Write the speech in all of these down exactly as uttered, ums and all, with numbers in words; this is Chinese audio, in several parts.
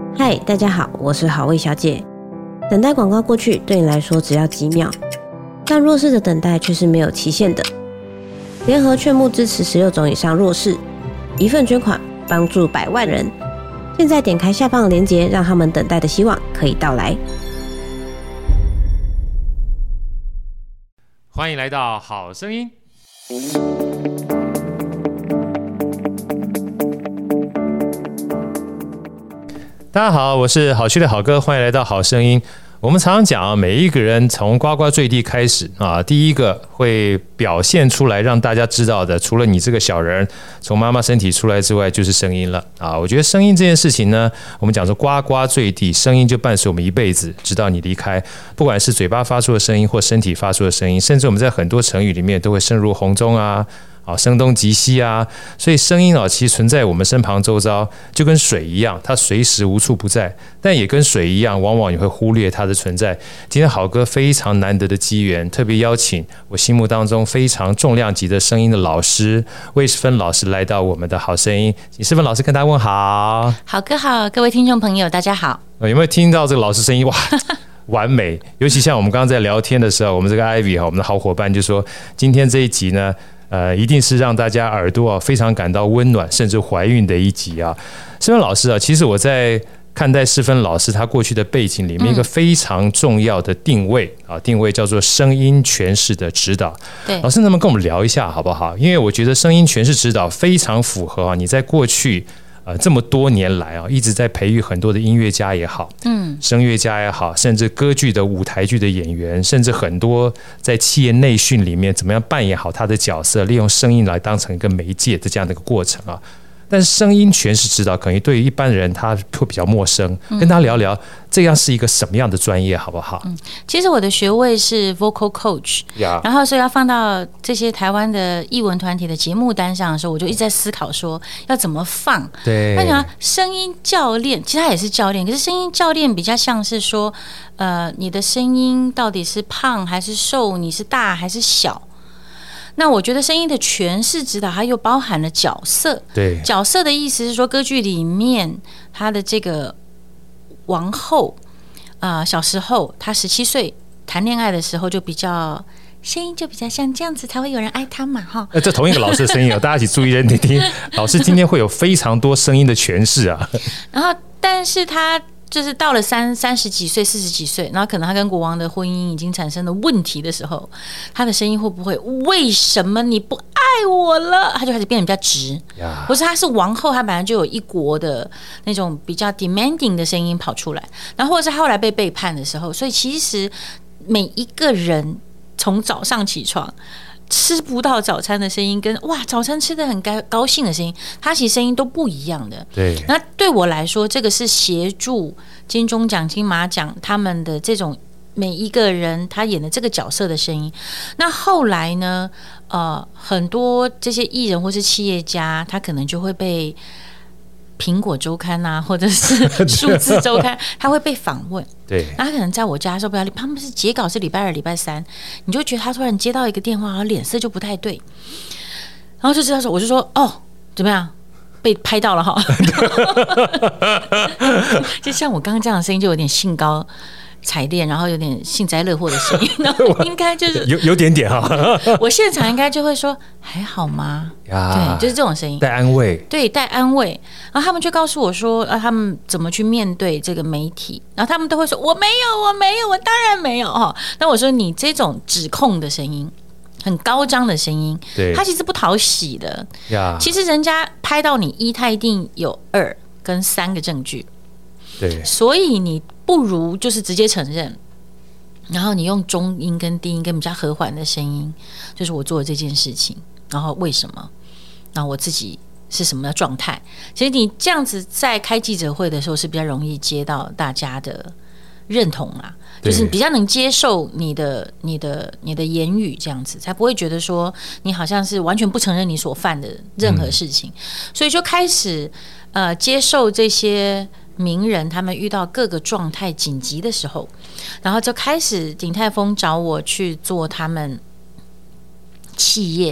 嗨，大家好，我是好味小姐。等待广告过去对你来说只要几秒，但弱势的等待却是没有期限的。联合劝募支持十六种以上弱势，一份捐款帮助百万人。现在点开下方的链接，让他们等待的希望可以到来。 欢迎来到好声音。大家好，我是好趣的好哥，欢迎来到好声音。我们常常讲啊，每一个人从呱呱坠地开始啊，第一个会表现出来让大家知道的，除了你这个小人从妈妈身体出来之外，就是声音了啊。我觉得声音这件事情呢，我们讲说呱呱坠地，声音就伴随我们一辈子，直到你离开。不管是嘴巴发出的声音，或身体发出的声音，甚至我们在很多成语里面都会声如洪钟啊。啊，声东击西啊，所以声音啊，其实存在我们身旁周遭，就跟水一样，它随时无处不在，但也跟水一样，往往你会忽略它的存在。今天好哥非常难得的机缘，特别邀请我心目当中非常重量级的声音的老师魏世芬老师来到我们的好声音，请世芬老师跟大家问好。 好哥好，各位听众朋友大家好。 有没有听到这个老师声音？哇！完美，尤其像我们刚刚在聊天的时候，我们这个 Ivy 我们的好伙伴就说，今天这一集呢，呃，一定是让大家耳朵啊非常感到温暖，甚至怀孕的一集啊。世芬老师啊，其实我在看待世芬老师他过去的背景里面，一个非常重要的定位啊，定位叫做声音诠释的指导。 对， 老师能不能跟我们聊一下好不好？因为我觉得声音诠释指导非常符合啊，你在过去。呃，这么多年来啊，一直在培育很多的音乐家也好，嗯，声乐家也好，甚至歌剧的舞台剧的演员，甚至很多在企业内训里面怎么样扮演好他的角色，利用声音来当成一个媒介的这样的一个过程啊。但是声音诠释指导可能对于一般人他会比较陌生，跟他聊聊这样是一个什么样的专业好不好？ 嗯，其实我的学位是 vocal coach， yeah. 然后所以要放到这些台湾的艺文团体的节目单上的时候，我就一直在思考说要怎么放。 对， 那讲声音教练，其实他也是教练，可是声音教练比较像是说，呃，你的声音到底是胖还是瘦，你是大还是小？那我觉得声音的诠释指导，它又包含了角色。 对， 角色的意思是说，歌剧里面她的这个王后啊、呃，小时候她十七岁谈恋爱的时候，就比较声音就比较像这样子，才会有人爱她嘛，哈。 呃，这同一个老师的声音哦，大家一起注意认真听。老师今天会有非常多声音的诠释啊。 然后，但是她。就是到了三三十几岁、四十几岁，然后可能他跟国王的婚姻已经产生了问题的时候，他的声音会不会为什么你不爱我了？他就开始变得比较直，或是他是王后，他本来就有一国的那种比较 demanding 的声音跑出来，然后或者是他后来被背叛的时候，所以其实每一个人从早上起床。吃不到早餐的声音跟哇早餐吃得很高高兴的声音，它其实声音都不一样的。 对， 那对我来说，这个是协助金钟奖、金马奖他们的这种每一个人他演的这个角色的声音。那后来呢，呃，很多这些艺人或是企业家，他可能就会被。苹果周刊啊，或者是数字周刊，他会被访问。 对， 然后他可能在我家的时候，不要他们是截稿是礼拜二、礼拜三，你就觉得他突然接到一个电话，然后脸色就不太对，然后就知道说，我就说哦，怎么样？被拍到了哈，就像我刚刚这样的声音，就有点兴高采烈，然后有点幸灾乐祸的声音，然后应该就是有有点点哈。 我现场应该就会说还好吗？对，就是这种声音， 带安慰， 对，带安慰。然后他们就告诉我说，啊，他们怎么去面对这个媒体？然后他们都会说，我没有，我没有，我当然没有哈。那我说，你这种指控的声音。很高张的声音，它其实不讨喜的。其实人家拍到你一，他一定有二跟三个证据。 对， 所以你不如就是直接承认，然后你用中音跟低音跟比较和缓的声音，就是我做的这件事情，然后为什么，然后我自己是什么的状态。其实你这样子在开记者会的时候是比较容易接到大家的认同啦。就是比较能接受你的、你的、你的言语，这样子才不会觉得说你好像是完全不承认你所犯的任何事情，嗯、所以就开始呃接受这些名人他们遇到各个状态紧急的时候，然后就开始鼎泰丰找我去做他们企业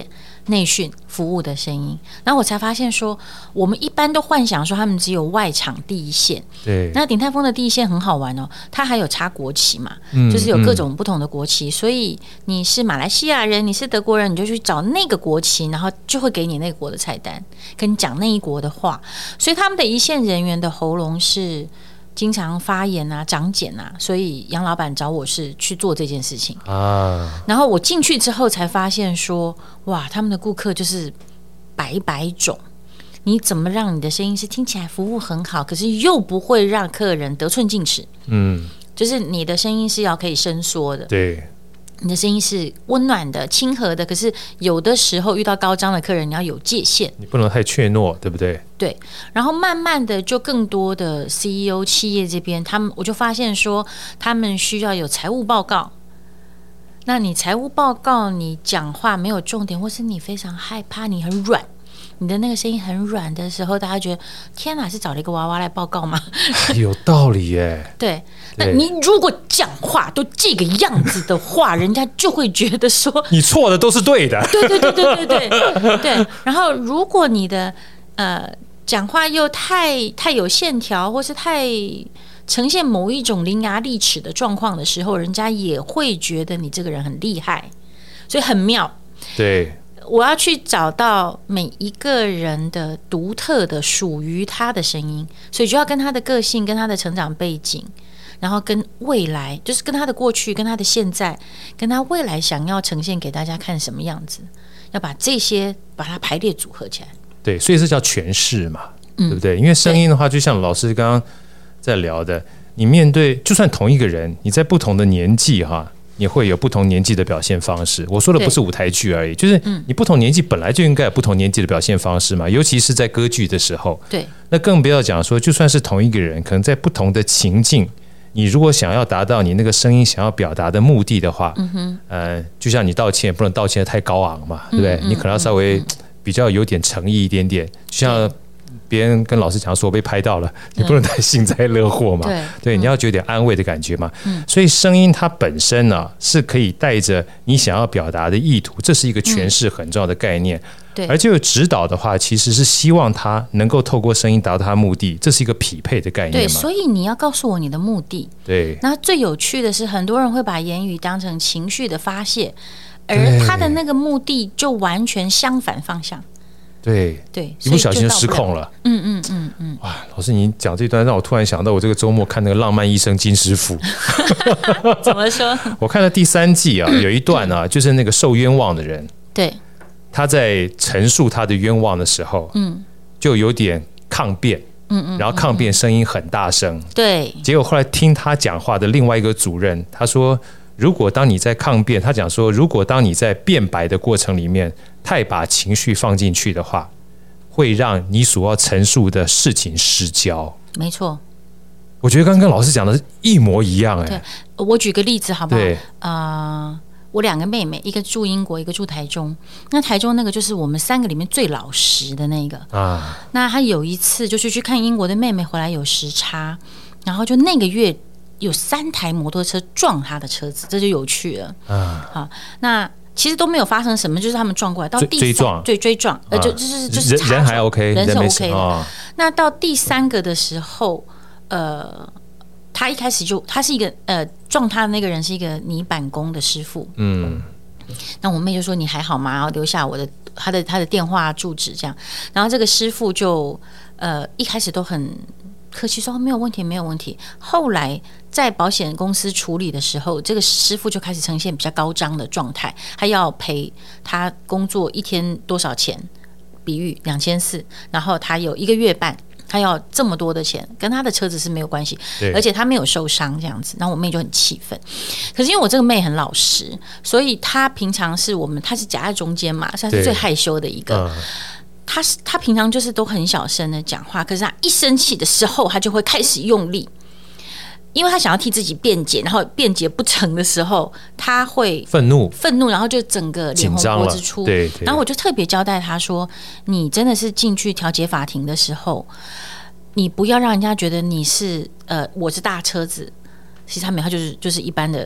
内训服务的声音，然后我才发现说，我们一般都幻想说他们只有外场第一线， 对， 那鼎泰丰的第一线很好玩哦，它还有插国旗嘛， 嗯就是有各种不同的国旗，嗯、所以你是马来西亚人，你是德国人，你就去找那个国旗，然后就会给你那个国的菜单，跟你讲那一国的话，所以他们的一线人员的喉咙是经常发炎啊、长茧啊，所以杨老板找我是去做这件事情啊。然后我进去之后才发现说，哇，他们的顾客就是百百种，你怎么让你的声音是听起来服务很好，可是又不会让客人得寸进尺？嗯，就是你的声音是要可以伸缩的， 对。 你的声音是温暖的、亲和的，可是有的时候遇到高张的客人，你要有界限， 你不能太怯懦，对不对？ 对。然后慢慢的，就更多的 C E O 企业这边，他们我就发现说，他们需要有财务报告。那你财务报告，你讲话没有重点，或是你非常害怕，你很软。你的那个声音很软的时候，大家觉得天哪，是找了一个娃娃来报告吗？ 有道理耶。 对，那你如果讲话都这个样子的话，人家就会觉得说你错的都是对的。 对对对对对对对。然后，如果你的呃讲话又太太有线条，或是太呈现某一种伶牙俐齿的状况的时候，人家也会觉得你这个人很厉害，所以很妙。 对。 我要去找到每一个人的独特的属于他的声音，所以就要跟他的个性、跟他的成长背景，然后跟未来，就是跟他的过去、跟他的现在、跟他未来想要呈现给大家看什么样子，要把这些把它排列组合起来。 对，所以这叫诠释嘛，嗯、对不对？因为声音的话，就像老师刚刚在聊的，你面对就算同一个人，你在不同的年纪哈。你会有不同年纪的表现方式。我说的不是舞台剧而已，就是你不同年纪本来就应该有不同年纪的表现方式嘛，尤其是在歌剧的时候。 对， 那更不要讲说，就算是同一个人，可能在不同的情境，你如果想要达到你那个声音想要表达的目的的话，嗯哼，呃，就像你道歉，不能道歉得太高昂嘛，对不对？嗯嗯、你可能要稍微比较有点诚意一点点，就像。别人跟老师讲说我被拍到了，你不能太幸灾乐祸嘛， 对， 对，你要有点安慰的感觉嘛。嗯、所以声音它本身呢、啊、是可以带着你想要表达的意图，这是一个诠释很重要的概念。 对、嗯， 而这个指导的话，其实是希望他能够透过声音达到他的目的，这是一个匹配的概念嘛。 对，所以你要告诉我你的目的。 对， 那最有趣的是，很多人会把言语当成情绪的发泄，而他的那个目的就完全相反方向。 对对， 一不小心就失控了。 嗯嗯嗯嗯。 哇，老师，你讲这段让我突然想到，我这个周末看那个《浪漫医生金师傅》。 怎么说？ 我看了第三季啊，有一段啊，就是那个受冤枉的人， 对， 他在陈述他的冤枉的时候，嗯，就有点抗辩，嗯嗯，然后抗辩声音很大声， 对。 结果后来听他讲话的另外一个主任，他说。如果当你在抗辩，他讲说，如果当你在辩白的过程里面太把情绪放进去的话，会让你所要陈述的事情失焦。 没错， 我觉得刚刚老师讲的是一模一样哎。 对，我举个例子好不好？ 对， 呃，我两个妹妹，一个住英国，一个住台中。那台中那个就是我们三个里面最老实的那个啊。那她有一次就是去看英国的妹妹回来有时差，然后就那个月。有三台摩托车撞他的车子，这就有趣了。啊，好，那其实都没有发生什么，就是他们撞过来，到第三追撞， 对追撞，呃，就就是就是人人还 OK， 人是 OK 的。 哦、 那到第三个的时候，呃，他一开始就他是一个呃撞他的那个人是一个泥板工的师傅，嗯，那我妹就说你还好吗？然后留下我的他的他的电话住址这样，然后这个师傅就呃一开始都很。客气说没有问题，没有问题。后来在保险公司处理的时候，这个师傅就开始呈现比较高涨的状态，他要赔他工作一天多少钱，比喻两千四，然后他有一个月半，他要这么多的钱，跟他的车子是没有关系，而且他没有受伤这样子。然后我妹就很气愤，可是因为我这个妹很老实，所以她平常是我们她是夹在中间嘛，算是最害羞的一个。他他平常就是都很小声的讲话，可是他一生气的时候，他就会开始用力，因为他想要替自己辩解，然后辩解不成的时候，他会愤怒， 愤怒，然后就整个脸红脖子粗。 对对。 然后我就特别交代他说：“你真的是进去调解法庭的时候，你不要让人家觉得你是呃我是大车子，其实他没有，他就是就是一般的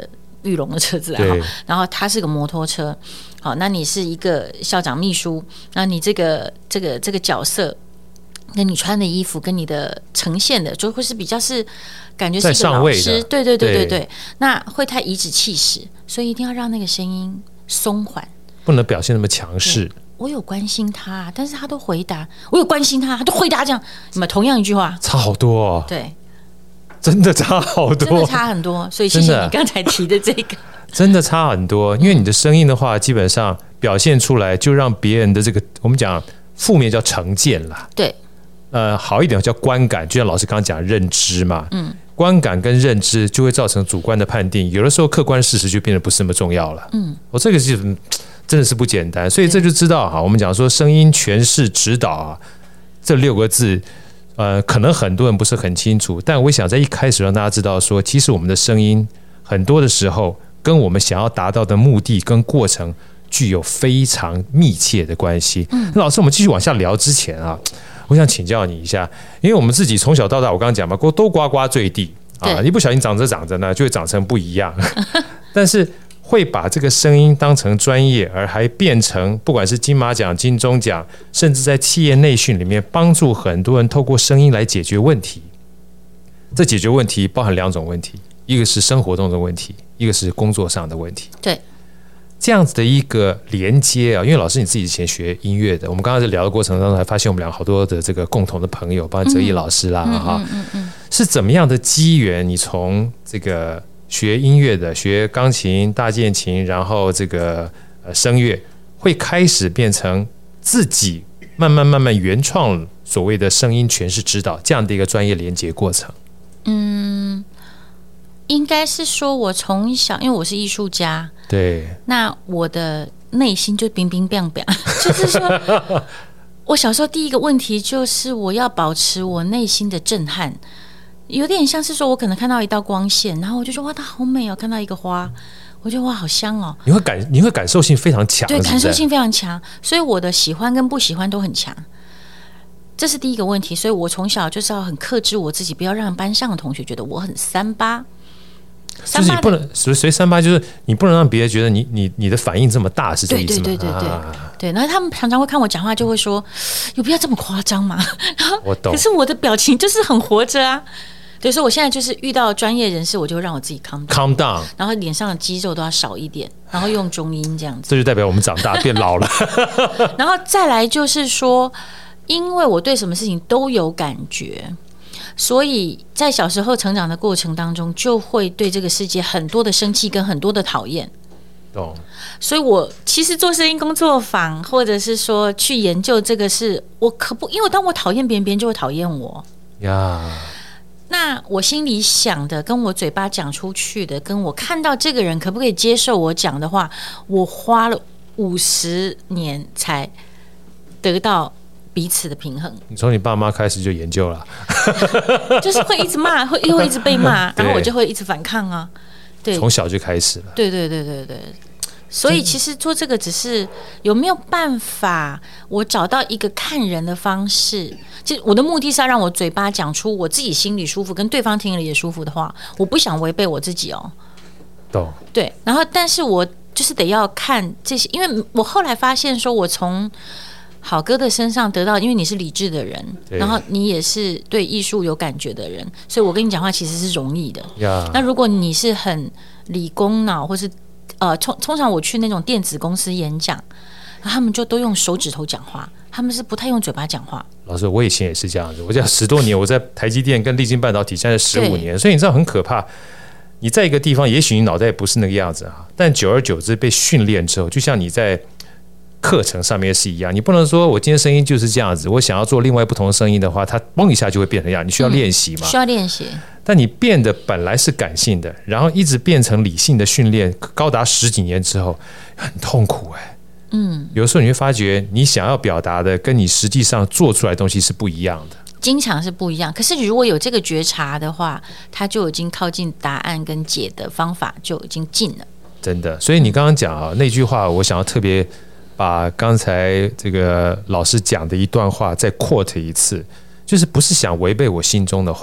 玉龙的车子啊，然后它是个摩托车，好，那你是一个校长秘书，那你这个这个这个角色。跟你穿的衣服跟你的呈现的就会是比较是感觉是一个老师，对对对对对，那会太颐指气使，所以一定要让那个声音松缓， 不能表现那么强势。 我有关心他，但是他都回答，我有关心他，他都回答这样，你们同样一句话， 差好多哦。 对， 真的差好多， 真的差很多。所以谢谢你刚才提的这个， 真的差很多。因为你的声音的话，基本上表现出来，就让别人的这个我们讲负面叫成见啦， 对。 呃，好一点叫观感，就像老师刚刚讲认知嘛，嗯，观感跟认知就会造成主观的判定，有的时候客观事实就变得不是那么重要了，嗯，我、哦、这个是真的是不简单，所以这就知道哈，我们讲说声音诠释指导啊，这六个字，呃，可能很多人不是很清楚，但我想在一开始让大家知道说，其实我们的声音很多的时候跟我们想要达到的目的跟过程具有非常密切的关系。嗯，老师，我们继续往下聊之前啊。我想请教你一下，因为我们自己从小到大，我刚刚讲嘛，都呱呱坠地啊，一不小心长着长着呢，就会长成不一样。但是会把这个声音当成专业，而还变成不管是金马奖、金钟奖，甚至在企业内训里面帮助很多人透过声音来解决问题。这解决问题包含两种问题，一个是生活中的问题，一个是工作上的问题。 对。 这样子的一个连接啊，因为老师你自己以前学音乐的，我们刚刚在聊的过程当中，还发现我们俩好多的这个共同的朋友，包括哲毅老师啦，哈、嗯嗯嗯，是怎么样的机缘？你从这个学音乐的，学钢琴、大键琴，然后这个呃声乐，会开始变成自己慢慢慢慢原创所谓的声音诠释指导这样的一个专业连接过程。嗯。 应该是说，我从小因为我是艺术家， 对， 那我的内心就冰冰冰冰，就是说，我小时候第一个问题就是我要保持我内心的震撼，有点像是说我可能看到一道光线，然后我就说哇，它好美哦，看到一个花，我觉得哇，好香哦， 你会感你会感受性非常强， 对，感受性非常强，所以我的喜欢跟不喜欢都很强。这是第一个问题，所以我从小就是要很克制我自己，不要让班上的同学觉得我很三八。 就是你不能随随三八，就是你不能让别人觉得你你你的反应这么大，是这意思吗？ 对对对对对、啊、对。然后他们常常会看我讲话，就会说：“有必要这么夸张吗？”然后我懂。 可是我的表情就是很活着啊。对，所以我现在就是遇到专业人士，我就让我自己 calm down, calm down， 然后脸上的肌肉都要少一点，然后用中音这样子。 这就代表我们长大变老了。 然后再来就是说，因为我对什么事情都有感觉。所以在小时候成长的过程当中，就会对这个世界很多的生气跟很多的讨厌。 懂。 所以我其实做声音工作坊，或者是说去研究这个事，我可不，因为当我讨厌别人，别人就会讨厌我呀。那我心里想的，跟我嘴巴讲出去的，跟我看到这个人可不可以接受我讲的话，我花了五十年才得到彼此的平衡。 你从你爸妈开始就研究了， 就是会一直骂，会又会一直被骂，然后我就会一直反抗啊。对， 从小就开始了。 对对对对对。所以其实做这个只是有没有办法，我找到一个看人的方式。其实我的目的是要让我嘴巴讲出我自己心里舒服，跟对方听了也舒服的话。我不想违背我自己哦。 懂。 对，然后但是我就是得要看这些，因为我后来发现说，我从好哥的身上得到，因为你是理智的人，然后你也是对艺术有感觉的人，所以我跟你讲话其实是容易的。Yeah. 那如果你是很理工脑，或是呃，通通常我去那种电子公司演讲，他们就都用手指头讲话，他们是不太用嘴巴讲话。 老师，我以前也是这样子，我讲十多年，我在台积电跟力晶半导体，现在十五年，所以你知道很可怕。你在一个地方，也许你脑袋不是那个样子啊，但久而久之被训练之后，就像你在课程上面是一样，你不能说我今天声音就是这样子，我想要做另外不同的声音的话，它嘣一下就会变成这样，你需要练习嘛、 嗯？需要练习。 但你变得本来是感性的，然后一直变成理性的训练，高达十几年之后，很痛苦哎、欸。嗯，有时候你会发觉，你想要表达的跟你实际上做出来的东西是不一样的， 经常是不一样。可是如果有这个觉察的话，它就已经靠近答案跟解的方法就已经近了。 真的，所以你刚刚讲啊那句话，我想要特别把刚才这个老师讲的一段话再 quote 一次，就是不是想违背我心中的话。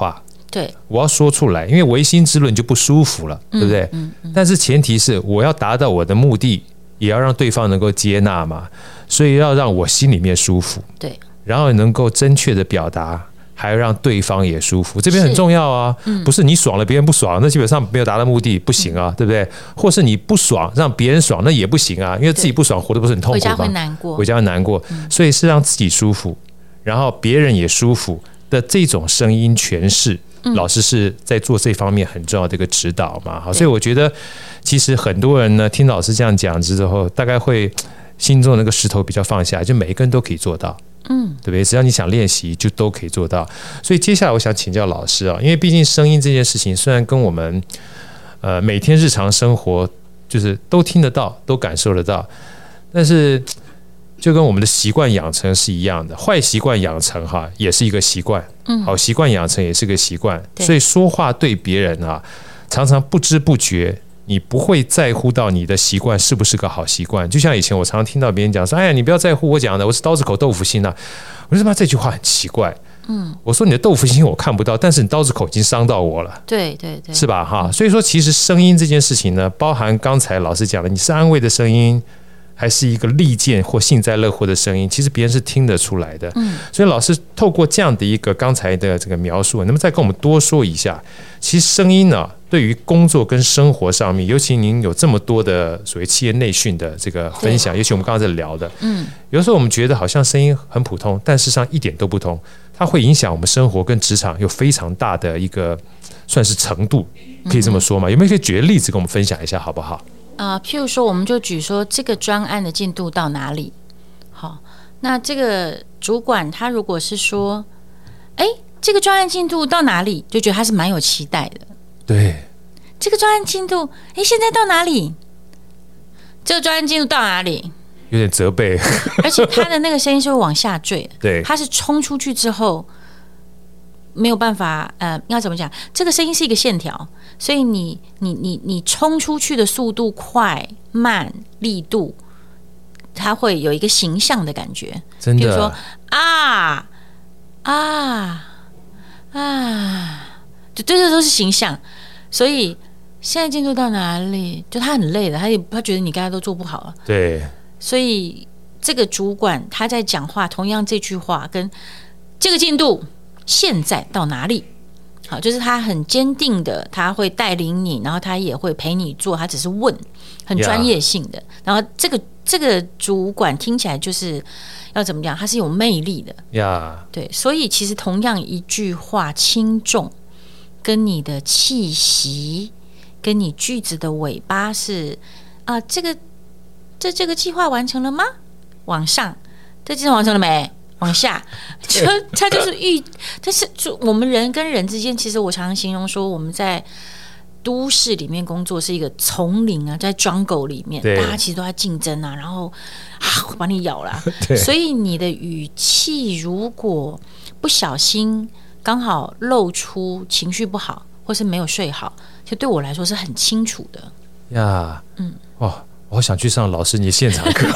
对， 我要说出来，因为唯心之论就不舒服了，对不对？ 嗯嗯嗯、 但是前提是我要达到我的目的，也要让对方能够接纳嘛，所以要让我心里面舒服， 对， 然后能够正确的表达，还要让对方也舒服，这边很重要啊。嗯、不是你爽了别人不爽，那基本上没有达到目的，不行啊，嗯、对不对？或是你不爽让别人爽，那也不行啊，因为自己不爽活得不是很痛苦吗？ 回家会难过， 回家会难过，嗯、所以是让自己舒服，然后别人也舒服的这种声音诠释。嗯、老师是在做这方面很重要的一个指导嘛，好，所以我觉得其实很多人呢听老师这样讲之后，大概会心中那个石头比较放下，就每一个人都可以做到，嗯，对不对？只要你想练习，就都可以做到。所以接下来我想请教老师啊，因为毕竟声音这件事情，虽然跟我们呃每天日常生活就是都听得到，都感受得到，但是就跟我们的习惯养成是一样的，坏习惯养成哈也是一个习惯，好习惯养成也是个习惯，所以说话对别人啊，常常不知不觉，你不会在乎到你的习惯是不是个好习惯。就像以前我常常听到别人讲说，哎呀，你不要在乎我讲的，我是刀子口豆腐心啊。我说他妈这句话很奇怪，嗯，我说你的豆腐心我看不到，但是你刀子口已经伤到我了， 对对对， 是吧？哈，所以说其实声音这件事情呢，包含刚才老师讲的，你是安慰的声音。还是一个利剑或幸灾乐祸的声音，其实别人是听得出来的。嗯，所以老师透过这样的一个刚才的这个描述，能不能再跟我们多说一下？其实声音呢，对于工作跟生活上面，尤其您有这么多的所谓企业内训的这个分享，尤其我们刚刚在聊的，嗯，有时候我们觉得好像声音很普通，但事实上一点都不通，它会影响我们生活跟职场有非常大的一个算是程度，可以这么说吗？有没有可以举个例子跟我们分享一下，好不好？ 啊、呃，譬如说，我们就举说这个专案的进度到哪里？好，那这个主管他如果是说，哎，这个专案进度到哪里，就觉得他是蛮有期待的。 对， 这个专案进度，哎，现在到哪里？这个专案进度到哪里？ 有点责备， 而且他的那个声音是会往下坠的。 对， 他是冲出去之后。没有办法，呃，要怎么讲？这个声音是一个线条，所以你你你你冲出去的速度快慢、力度，它会有一个形象的感觉。 真的， 比如说啊啊啊，就这些都是形象。所以现在进度到哪里？就他很累了，他也他觉得你刚才都做不好了。 对， 所以这个主管他在讲话，同样这句话跟这个进度。现在到哪里？好，就是他很坚定的，他会带领你，然后他也会陪你做，他只是问，很专业性的。Yeah. 然后这个这个主管听起来就是要怎么讲？他是有魅力的呀。Yeah. 对，所以其实同样一句话轻重，跟你的气息，跟你句子的尾巴是啊、呃，这个这这个计划完成了吗？往上，这计划完成了没？往下，就它就是预，但是就我们人跟人之间，其实我常常形容说，我们在都市里面工作是一个丛林啊，在jungle里面，大家其实都在竞争啊，然后啊把你咬了，所以你的语气如果不小心刚好露出情绪不好，或是没有睡好，就对我来说是很清楚的呀。嗯，哇。我好想去上老师你的现场课，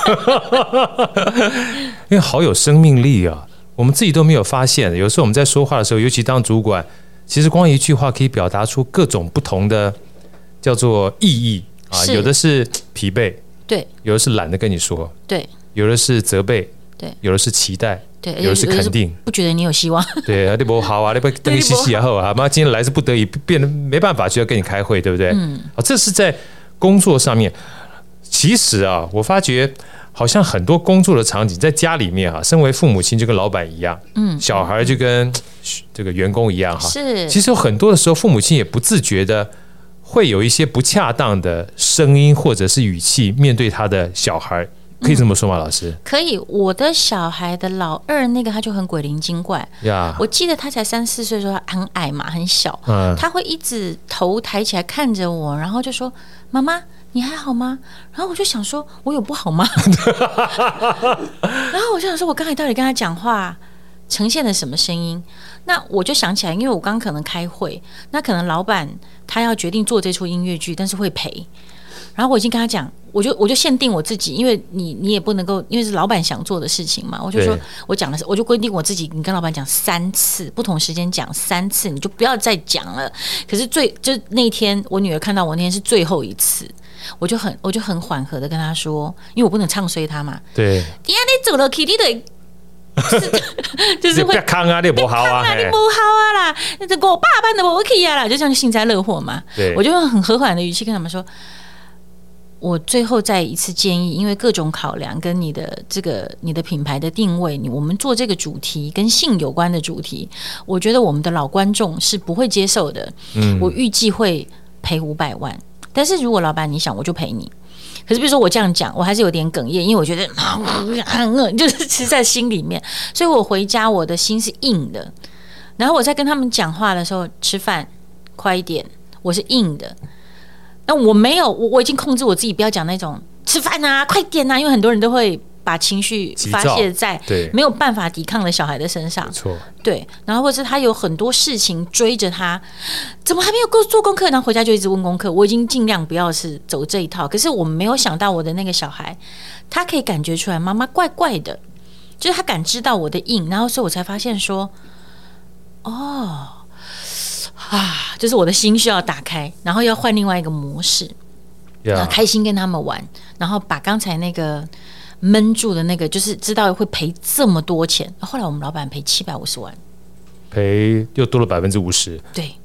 因为好有生命力啊！我们自己都没有发现，有时候我们在说话的时候，尤其当主管，其实光一句话可以表达出各种不同的叫做意义啊。有的是疲惫， 对； 有的是懒得跟你说， 对； 有的是责备， 对； 有的是期待， 对； 有的是肯定， 不觉得你有希望。 对啊，你不好啊，你不等你洗洗后啊，妈今天来是不得已，变得没办法就要跟你开会，对不对？嗯，啊，这是在工作上面。其实啊，我发觉好像很多工作的场景，在家里面啊，身为父母亲就跟老板一样，嗯，小孩就跟这个员工一样哈。 是， 其实有很多的时候，父母亲也不自觉的会有一些不恰当的声音或者是语气面对他的小孩，可以这么说吗？老师？ 可以。我的小孩的老二那个他就很鬼灵精怪呀。我记得他才三四岁的时候，他很矮嘛，很小，嗯，他会一直头抬起来看着我，然后就说：“妈妈。”你还好吗？然后我就想说，我有不好吗？然后我就想说，我刚才到底跟他讲话呈现了什么声音？那我就想起来，因为我刚可能开会，那可能老板他要决定做这出音乐剧，但是会赔， 然后我已经跟他讲，我就我就限定我自己，因为你你也不能够，因为是老板想做的事情嘛，我就说我讲的是，我就规定我自己，你跟老板讲三次，不同时间讲三次，你就不要再讲了。可是最就那天我女儿看到我那天是最后一次，我就很我就很缓和的跟她说，因为我不能唱衰她嘛， 对， 底下你走了去，你得。就是会康啊，你不好啊， 你不好啊啦，那这我爸班的我可以啊啦，就这样幸灾乐祸嘛。我就用很和缓的语气跟他们说，我最后再一次建议，因为各种考量跟你的这个你的品牌的定位，你我们做这个主题跟性有关的主题，我觉得我们的老观众是不会接受的。嗯，我预计会赔五百万，但是如果老板你想，我就赔你。可是比如说我这样讲，我还是有点哽咽，因为我觉得就是其实在心里面，所以我回家我的心是硬的。然后我在跟他们讲话的时候，吃饭快一点，我是硬的。那我没有，我我已经控制我自己，不要讲那种吃饭啊，快点啊，因为很多人都会把情绪发泄在没有办法抵抗的小孩的身上。 错， 对，然后或者是他有很多事情追着他，怎么还没有做功课？然后回家就一直问功课。我已经尽量不要是走这一套，可是我没有想到我的那个小孩，他可以感觉出来妈妈怪怪的，就是他感知到我的硬，然后所以我才发现说，哦，啊，就是我的心需要打开，然后要换另外一个模式， yeah. 然后开心跟他们玩，然后把刚才那个。闷住的那个，就是知道会赔这么多钱。后来我们老板赔七百五十万， 赔又多了百分之五十。 对，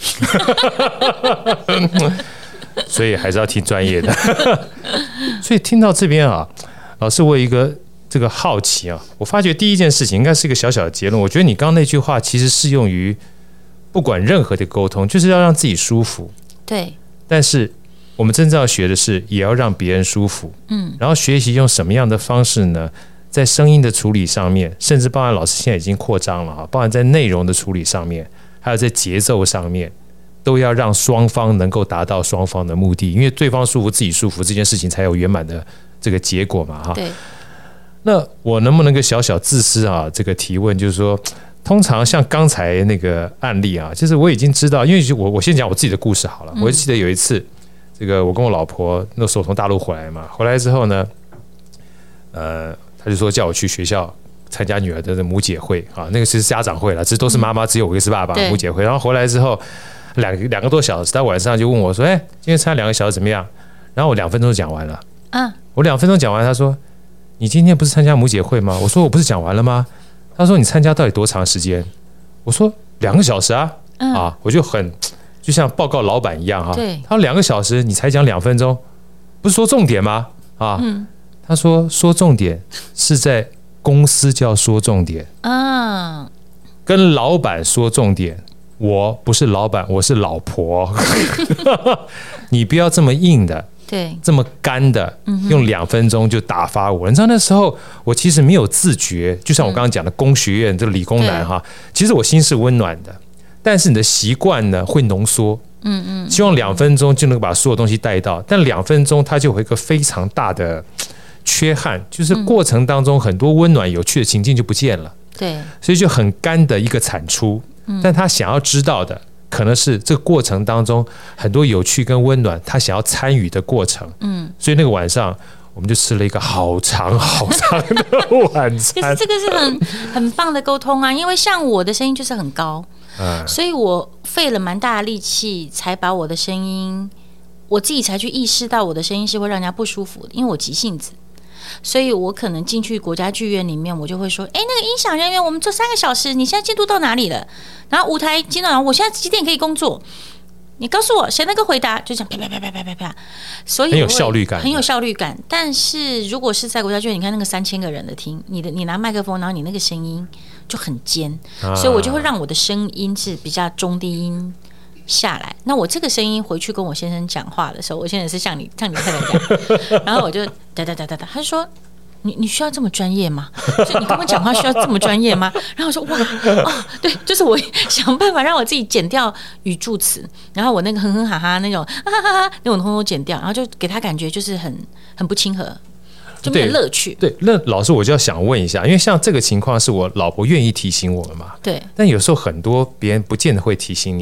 所以还是要听专业的。所以听到这边啊，老师我有一个这个好奇啊，我发觉第一件事情应该是一个小小的结论。我觉得你刚刚那句话其实适用于不管任何的沟通，就是要让自己舒服。 对， 但是。我们真正要学的是，也要让别人舒服。嗯，然后学习用什么样的方式呢？在声音的处理上面，甚至包含老师现在已经扩张了哈，包含在内容的处理上面，还有在节奏上面，都要让双方能够达到双方的目的，因为对方舒服，自己舒服，这件事情才有圆满的这个结果嘛哈。 对。 那我能不能够小小自私啊？这个提问就是说。通常像刚才那个案例啊，就是我已经知道，因为我我先讲我自己的故事好了。我记得有一次。这个我跟我老婆那时候从大陆回来嘛，回来之后呢，呃，他就说叫我去学校参加女儿的母姐会啊，那个是家长会了，这都是妈妈，只有我一个是爸爸母姐会。然后回来之后，两个两个多小时，他晚上就问我说：“哎，今天参加两个小时怎么样？”然后我两分钟就讲完了。嗯，我两分钟讲完，他说：“你今天不是参加母姐会吗？”我说：“我不是讲完了吗？”他说：“你参加到底多长时间？”我说：“两个小时啊。”啊，我就很。就像报告老板一样哈，他说两个小时你才讲两分钟，不是说重点吗？啊，嗯、他说说重点是在公司叫说重点啊，跟老板说重点，我不是老板，我是老婆，你不要这么硬的， 对， 这么干的，用两分钟就打发我。你知道那时候我其实没有自觉，就像我刚刚讲的工学院这个理工男哈，其实我心是温暖的。但是你的习惯呢会浓缩，嗯嗯，希望两分钟就能把所有东西带到，但两分钟它就有一个非常大的缺憾，就是过程当中很多温暖有趣的情境就不见了， 对， 所以就很干的一个产出。但他想要知道的可能是这个过程当中很多有趣跟温暖，他想要参与的过程，嗯，所以那个晚上。我们就吃了一个好长好长的晚餐。 其实这个是很很棒的沟通啊，因为像我的声音就是很高，嗯、所以我费了蛮大的力气才把我的声音，我自己才去意识到我的声音是会让人家不舒服的，因为我急性子，所以我可能进去国家剧院里面，我就会说，哎，那个音响人员，我们做三个小时，你现在进度到哪里了？然后舞台进到，我现在几点可以工作？你告诉我谁能够回答，就这样啪啪啪啪啪啪啪，所以很有效率感， 很有效率感。但是如果是在国家剧院，你看那个三千个人的厅，你的你拿麦克风，然后你那个声音就很尖，啊、所以我就会让我的声音是比较中低音下来。那我这个声音回去跟我先生讲话的时候，我现在是像你像你太太讲，然后我就哒哒哒哒哒，他就说。你你需要这么专业吗？就你跟我讲话需要这么专业吗？然后我说哇哦，对，就是我想办法让我自己剪掉语助词，然后我那个哼哼哈哈那种哈哈哈那种通通剪掉，然后就给他感觉就是很很不亲和，就没有乐趣。 对，那老师我就要想问一下，因为像这个情况是我老婆愿意提醒我们嘛， 对， 但有时候很多别人不见得会提醒你。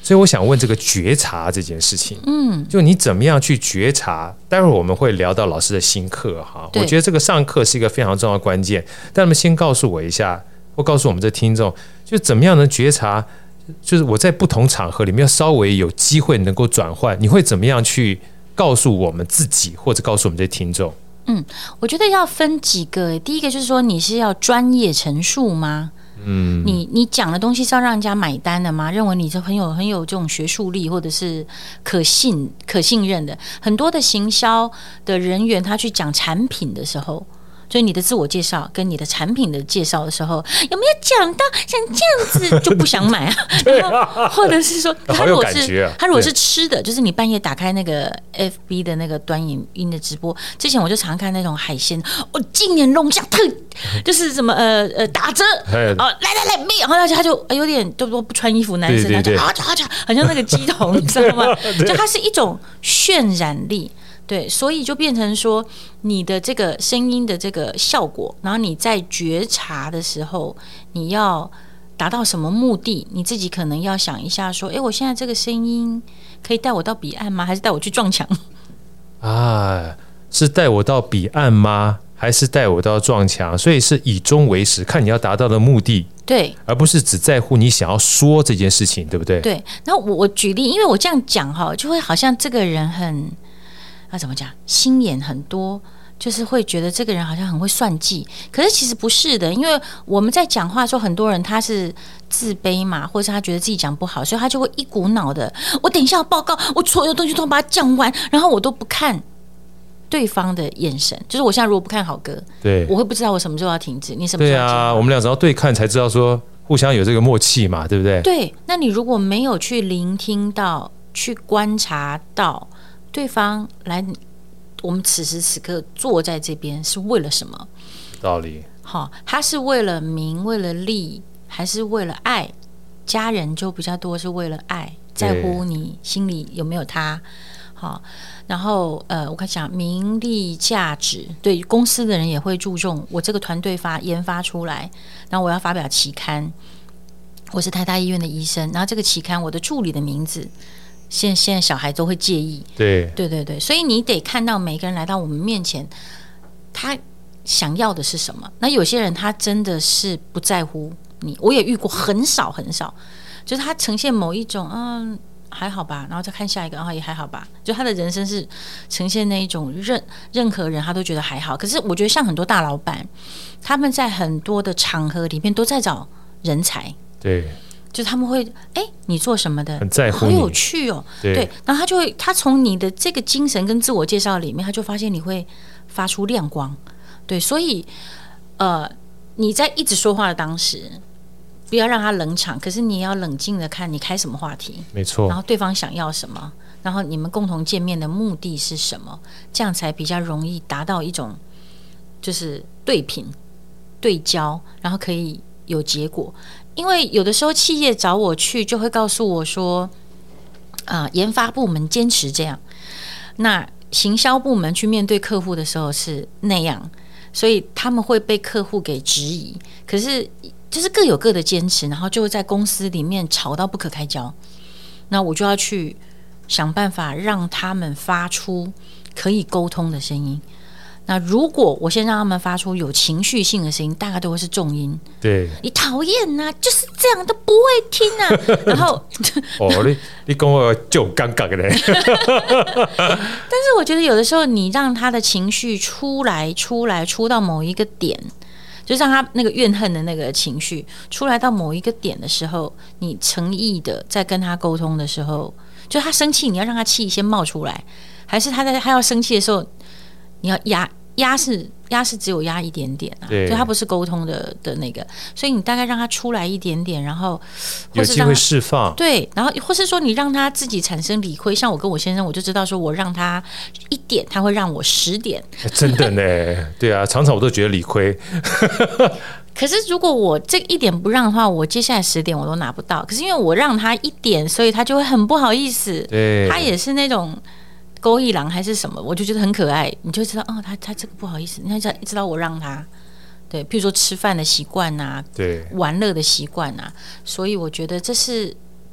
所以我想问这个觉察这件事情，嗯，就你怎么样去觉察？待会儿我们会聊到老师的新课哈，我觉得这个上课是一个非常重要的关键。但我们先告诉我一下，或告诉我们这听众，就怎么样能觉察？就是我在不同场合里面要稍微有机会能够转换，你会怎么样去告诉我们自己，或者告诉我们这些听众？ 嗯，我觉得要分几个。第一个就是说，你是要专业陈述吗？嗯，你你讲的东西是要让人家买单的吗？认为你是很有很有这种学术力，或者是可信可信任的。很多的行销的人员，他去讲产品的时候，所以你的自我介绍跟你的产品的介绍的时候，有没有讲到像这样子就不想买啊？然后或者是说，他如果是、啊、他如果是吃的，就是你半夜打开那个 F B 的那个短影音的直播，之前我就常看那种海鲜，哦，今年龙虾特就是什么呃呃打折哦，来来来，然后他就他就有点都不穿衣服，男生他就啊啊啊，好像那个鸡头，你知道吗？就它是一种渲染力。对，所以就变成说，你的这个声音的这个效果，然后你在觉察的时候，你要达到什么目的？你自己可能要想一下，说，哎，我现在这个声音可以带我到彼岸吗？还是带我去撞墙？ 啊，是带我到彼岸吗？还是带我到撞墙？所以是以终为始，看你要达到的目的。 对， 而不是只在乎你想要说这件事情，对不对？ 对。然后我我举例，因为我这样讲哈，就会好像这个人很。那怎么讲？心眼很多，就是会觉得这个人好像很会算计。可是其实不是的，因为我们在讲话的时候，很多人他是自卑嘛，或者是他觉得自己讲不好，所以他就会一股脑的，我等一下要报告，我所有东西都把它讲完，然后我都不看对方的眼神。就是我现在如果不看好歌， 对， 我会不知道我什么时候要停止，你什么时候要对啊？我们俩只要对看才知道说互相有这个默契嘛，对不对？ 对。那你如果没有去聆听到、去观察到。对方来，我们此时此刻坐在这边是为了什么？ 道理。 好，他是为了名、为了利，还是为了爱？家人就比较多是为了爱，在乎你心里有没有他。好，然后呃，我看讲名利价值，对公司的人也会注重我这个团队发研发出来，然后我要发表期刊，我是台大医院的医生，然后这个期刊我的助理的名字。现现在小孩都会介意， 对对对对，所以你得看到每个人来到我们面前，他想要的是什么。那有些人他真的是不在乎你，我也遇过很少很少，就是他呈现某一种嗯还好吧，然后再看下一个啊也还好吧，就他的人生是呈现那一种任任何人他都觉得还好。可是我觉得像很多大老板，他们在很多的场合里面都在找人才， 对。 就他们会哎，你做什么的？ 很在乎你， 好有趣哦。 对， 对，然后他就会，他从你的这个精神跟自我介绍里面，他就发现你会发出亮光。对，所以呃，你在一直说话的当时，不要让他冷场，可是你也要冷静的看你开什么话题， 没错。 然后对方想要什么，然后你们共同见面的目的是什么，这样才比较容易达到一种就是对频、对焦，然后可以有结果。因为有的时候企业找我去，就会告诉我说，啊、呃，研发部门坚持这样，那行销部门去面对客户的时候是那样，所以他们会被客户给质疑。可是就是各有各的坚持，然后就会在公司里面吵到不可开交。那我就要去想办法让他们发出可以沟通的声音。那如果我先让他们发出有情绪性的声音，大概都会是重音。对，你讨厌呐，就是这样都不会听啊。然后， 哦，你你跟我就尴尬嘞。 但是我觉得有的时候，你让他的情绪出来、出来、出到某一个点，就让他那个怨恨的那个情绪出来到某一个点的时候，你诚意的在跟他沟通的时候，就他生气，你要让他气先冒出来，还是他在他要生气的时候？你要压压是压是只有压一点点啊，所以它不是沟通的的那个，所以你大概让它出来一点点，然后有机会释放， 对，然后或是说你让他自己产生理亏，像我跟我先生，我就知道说我让他一点，他会让我十点， 真的呢，对啊，常常我都觉得理亏。 可是如果我这一点不让的话，我接下来十点我都拿不到。可是因为我让他一点，所以他就会很不好意思， 对， 他也是那种。勾一郎还是什么，我就觉得很可爱，你就知道哦，他他这个不好意思，你知道知道我让他，对，譬如说吃饭的习惯呐， 对， 玩乐的习惯呐，所以我觉得这是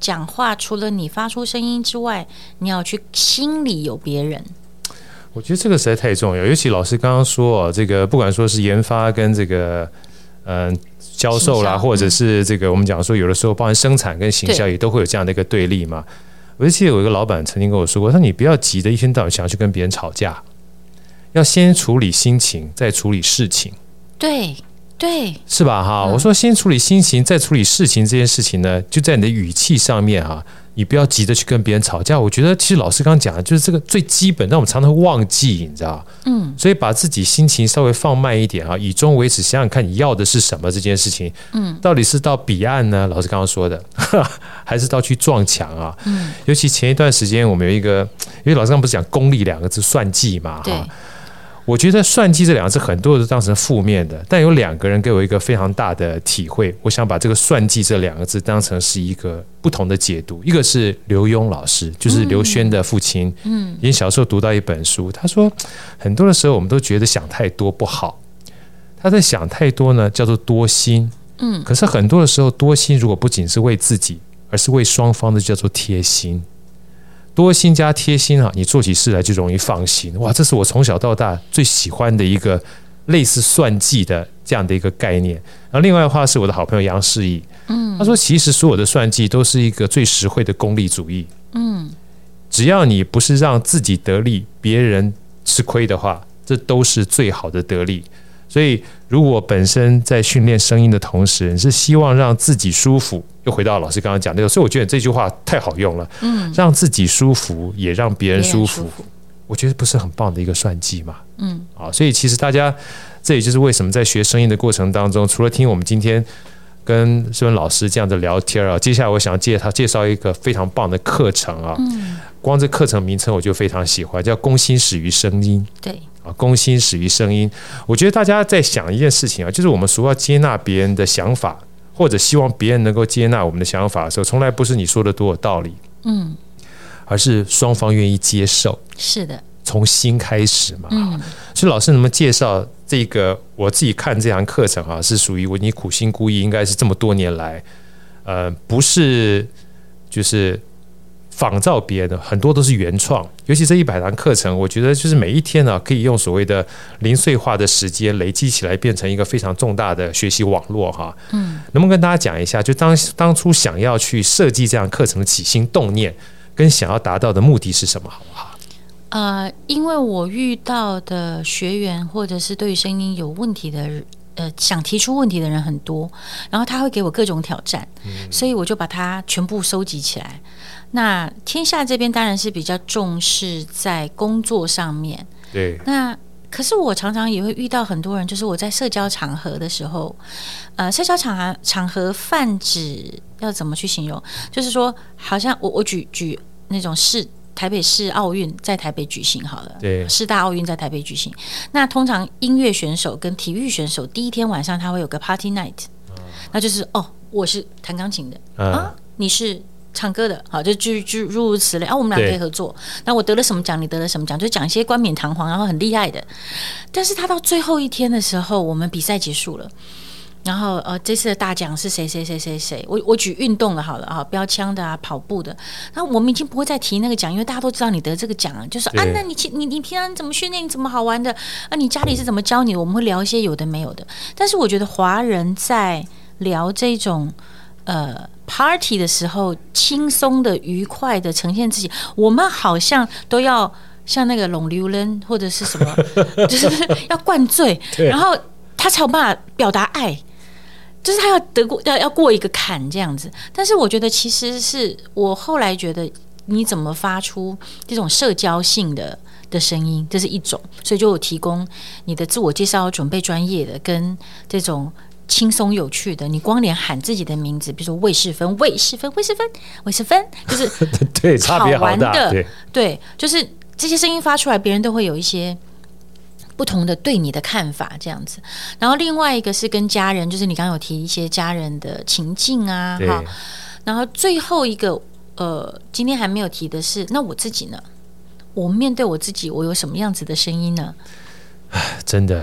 讲话除了你发出声音之外，你要去心里有别人。 我觉得这个实在太重要，尤其老师刚刚说、哦、这个不管说是研发跟这个嗯、呃、销售啦，或者是这个我们讲说有的时候包含生产跟行销也都会有这样的一个对立嘛。我就记得有一个老板曾经跟我说过，他说你不要急着一天到晚想要去跟别人吵架，要先处理心情，再处理事情。 对对， 是吧？哈、嗯，我说先处理心情，再处理事情这件事情呢，就在你的语气上面哈，你不要急着去跟别人吵架。我觉得其实老师刚刚讲的就是这个最基本，但我们常常会忘记，你知道？嗯，所以把自己心情稍微放慢一点啊，以终为始，想想看你要的是什么这件事情。嗯，到底是到彼岸呢？老师刚刚说的，还是到去撞墙啊？嗯，尤其前一段时间我们有一个，因为老师刚刚不是讲功利两个字算计嘛？哈。我觉得算计这两个字很多人都当成负面的，但有两个人给我一个非常大的体会，我想把这个算计这两个字当成是一个不同的解读。一个是刘墉老师，就是刘轩的父亲，嗯，以前小时候读到一本书，他说很多的时候我们都觉得想太多不好，他在想太多呢叫做多心，嗯，可是很多的时候多心如果不仅是为自己，而是为双方的叫做贴心。多心加贴心啊，你做起事来就容易放心。哇，这是我从小到大最喜欢的一个类似算计的这样的一个概念。然后另外的话是我的好朋友杨世义，嗯，他说其实所有的算计都是一个最实惠的功利主义，嗯，只要你不是让自己得利，别人吃亏的话，这都是最好的得利。所以如果本身在训练声音的同时，你是希望让自己舒服，又回到老师刚刚讲的，所以我觉得这句话太好用了，嗯，让自己舒服也让别人舒服，舒服我觉得不是很棒的一个算计嘛，嗯，好，所以其实大家这也就是为什么在学声音的过程当中，除了听我们今天跟世文老师这样的聊天啊，接下来我想介绍介绍一个非常棒的课程啊，嗯，光这课程名称我就非常喜欢，叫攻心始于声音， 对。 啊，攻心始于声音。我觉得大家在想一件事情啊，就是我们说要接纳别人的想法，或者希望别人能够接纳我们的想法的时候，从来不是你说的多有道理，嗯，而是双方愿意接受。 是的， 从心开始嘛。嗯，所以老师能不能介绍这个？我自己看这堂课程啊，是属于我你苦心孤诣，应该是这么多年来，呃，不是就是仿照别人的，很多都是原创。尤其这一百堂课程，我觉得就是每一天呢、啊，可以用所谓的零碎化的时间累积起来，变成一个非常重大的学习网络哈。嗯，能不能跟大家讲一下，就当当初想要去设计这样课程的起心动念，跟想要达到的目的是什么，好不好？ 呃，因为我遇到的学员或者是对于声音有问题的人。呃，想提出问题的人很多，然后他会给我各种挑战，嗯、所以我就把它全部收集起来。那天下这边当然是比较重视在工作上面， 对。 那可是我常常也会遇到很多人，就是我在社交场合的时候，呃，社交场合场合泛指要怎么去形容？就是说，好像我我举举那种事。台北市奥运在台北举行好了， 对， 市大奥运在台北举行。那通常音乐选手跟体育选手第一天晚上他会有个 party night，、嗯、那就是哦，我是弹钢琴的、嗯、啊，你是唱歌的，好，就就就诸如此类啊，我们俩可以合作。那我得了什么奖，你得了什么奖，就讲一些冠冕堂皇，然后很厉害的。但是他到最后一天的时候，我们比赛结束了。然后呃，这次的大奖是谁谁谁谁谁？我我举运动的好了啊，标枪的啊，跑步的。那我们已经不会再提那个奖，因为大家都知道你得这个奖了，就是啊，那你你你平常怎么训练？你怎么好玩的？啊，你家里是怎么教你？我们会聊一些有的没有的。但是我觉得华人在聊这种呃 party 的时候，轻松的、愉快的呈现自己，我们好像都要像那个龙流人或者是什么，就是要灌醉，然后他才有办法表达爱。就是他要得过要要过一个坎这样子，但是我觉得其实是我后来觉得你怎么发出这种社交性的的声音，这是一种，所以就有提供你的自我介绍准备专业的，跟这种轻松有趣的，你光连喊自己的名字，比如说魏世芬、魏世芬、魏世芬、魏世芬，就是对差别好大，对对，就是这些声音发出来，别人都会有一些。不同的对你的看法这样子，然后另外一个是跟家人，就是你刚刚有提一些家人的情境啊，哈，然后最后一个呃，今天还没有提的是，那我自己呢？我面对我自己，我有什么样子的声音呢？ 真的，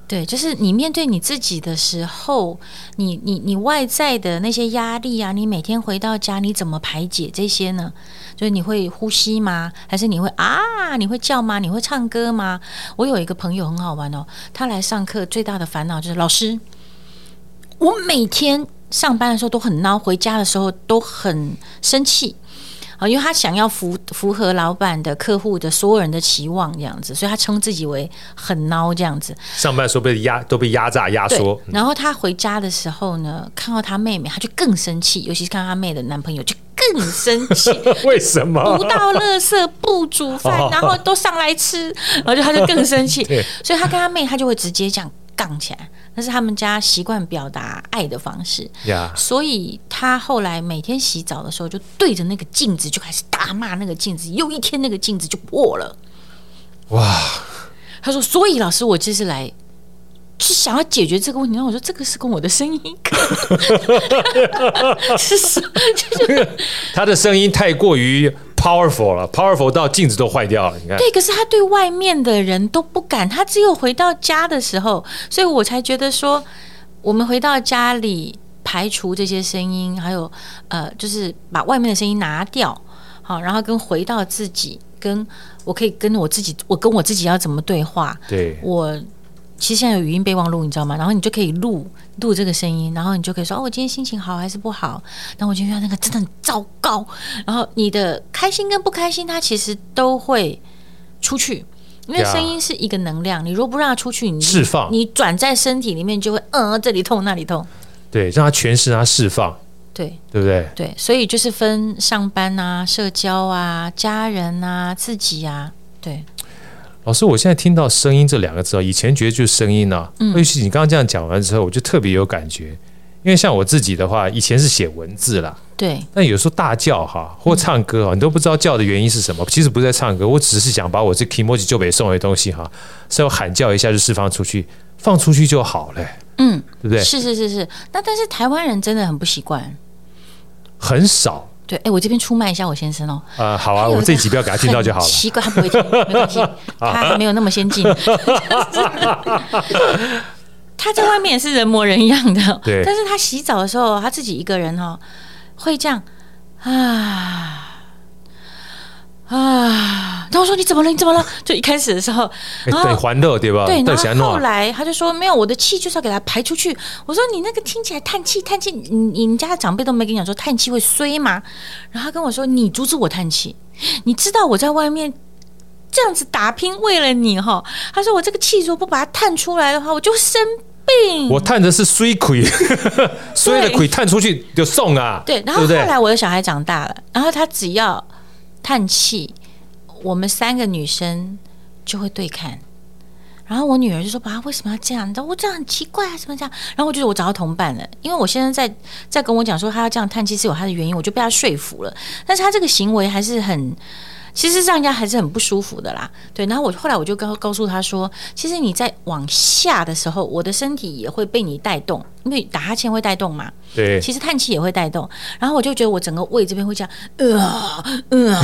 对，就是你面对你自己的时候，你你你外在的那些压力啊，你每天回到家你怎么排解这些呢？就是你会呼吸吗？还是你会啊？你会叫吗？你会唱歌吗？我有一个朋友很好玩哦，他来上课最大的烦恼就是老师，我每天上班的时候都很孬，回家的时候都很生气。因为他想要符符合老板的客户的所有人的期望这样子，所以他称自己为很孬这样子。 上班的时候被压都被压榨压缩， 然后他回家的时候呢，看到他妹妹，他就更生气，尤其是看到他妹的男朋友就更生气。 为什么？ 不倒垃圾，不煮饭，然后都上来吃，然后就他就更生气。所以他跟他妹，他就会直接这样杠起来。那是他们家习惯表达爱的方式， yeah. 所以他后来每天洗澡的时候，就对着那个镜子就开始大骂那个镜子。有一天那个镜子就破了， 哇！ 他说：“所以老师，我这次来是想要解决这个问题。”然后我说：“这个是跟我的声音是什么？就是他的声音太过于 powerful 了 ，powerful 到镜子都坏掉了。你看， 对，可是他对外面的人都不敢，他只有回到家的时候，所以我才觉得说，我们回到家里排除这些声音，还有呃，就是把外面的声音拿掉，好，然后跟回到自己，跟我可以跟我自己，我跟我自己要怎么对话？ 对， 我。其实现在有语音备忘录，你知道吗？然后你就可以录录这个声音，然后你就可以说：“哦，我今天心情好还是不好？”然后我就觉得那个真的很糟糕。然后你的开心跟不开心，它其实都会出去，因为声音是一个能量。你如果不让它出去，你释放， 你转在身体里面就会嗯，这里痛那里痛。 对，让它诠释，让它释放。 对， 对不对？ 对，所以就是分上班啊、社交啊、家人啊、自己啊，对。 老师，我现在听到声音这两个字，以前觉得就是声音啊， 嗯， 尤其你刚刚这样讲完之后，我就特别有感觉。因为像我自己的话，以前是写文字啦， 对， 但有时候大叫哈或唱歌哈，你都不知道叫的原因是什么。其实不是在唱歌，我只是想把我这 kimoji 就北送的东西哈，稍微喊叫一下就释放出去，放出去就好了， 嗯， 对不对？ 是是是是。那但是台湾人真的很不习惯， 很少。 对，哎，我这边出卖一下我先生哦。 啊、呃，好啊，我这一集不要给他听到就好了。 奇怪，他不会听，没关系，他还没有那么先进。他在外面也是人模人样的， 对。 但是他洗澡的时候，他自己一个人哦，会这样啊啊。然后我说你怎么了？你怎么了？就一开始的时候， 然后对环热对吧？ 对，然后后来他就说没有，我的气就是要给他排出去。我说你那个听起来叹气，叹气，你你们家的长辈都没跟你讲说叹气会衰吗？然后他跟我说你阻止我叹气，你知道我在外面这样子打拼为了你哈。他说我这个气如果不把它叹出来的话，我就生病。 我叹的是衰亏，衰的亏叹出去就送啊。 对，然后后来我的小孩长大了，然后他只要叹气。我们三个女生就会对看，然后我女儿就说：“爸，为什么要这样？你知道我这样很奇怪啊，什么这样？”然后我觉得我找到同伴了，因为我先生在在跟我讲说他要这样叹气是有他的原因，我就被他说服了。但是他这个行为还是很，其实让人家还是很不舒服的啦。对，然后我后来我就告告诉他说，其实你在往下的时候，我的身体也会被你带动，因为打哈欠会带动嘛。 对， 其实叹气也会带动，然后我就觉得我整个胃这边会这样，呃呃，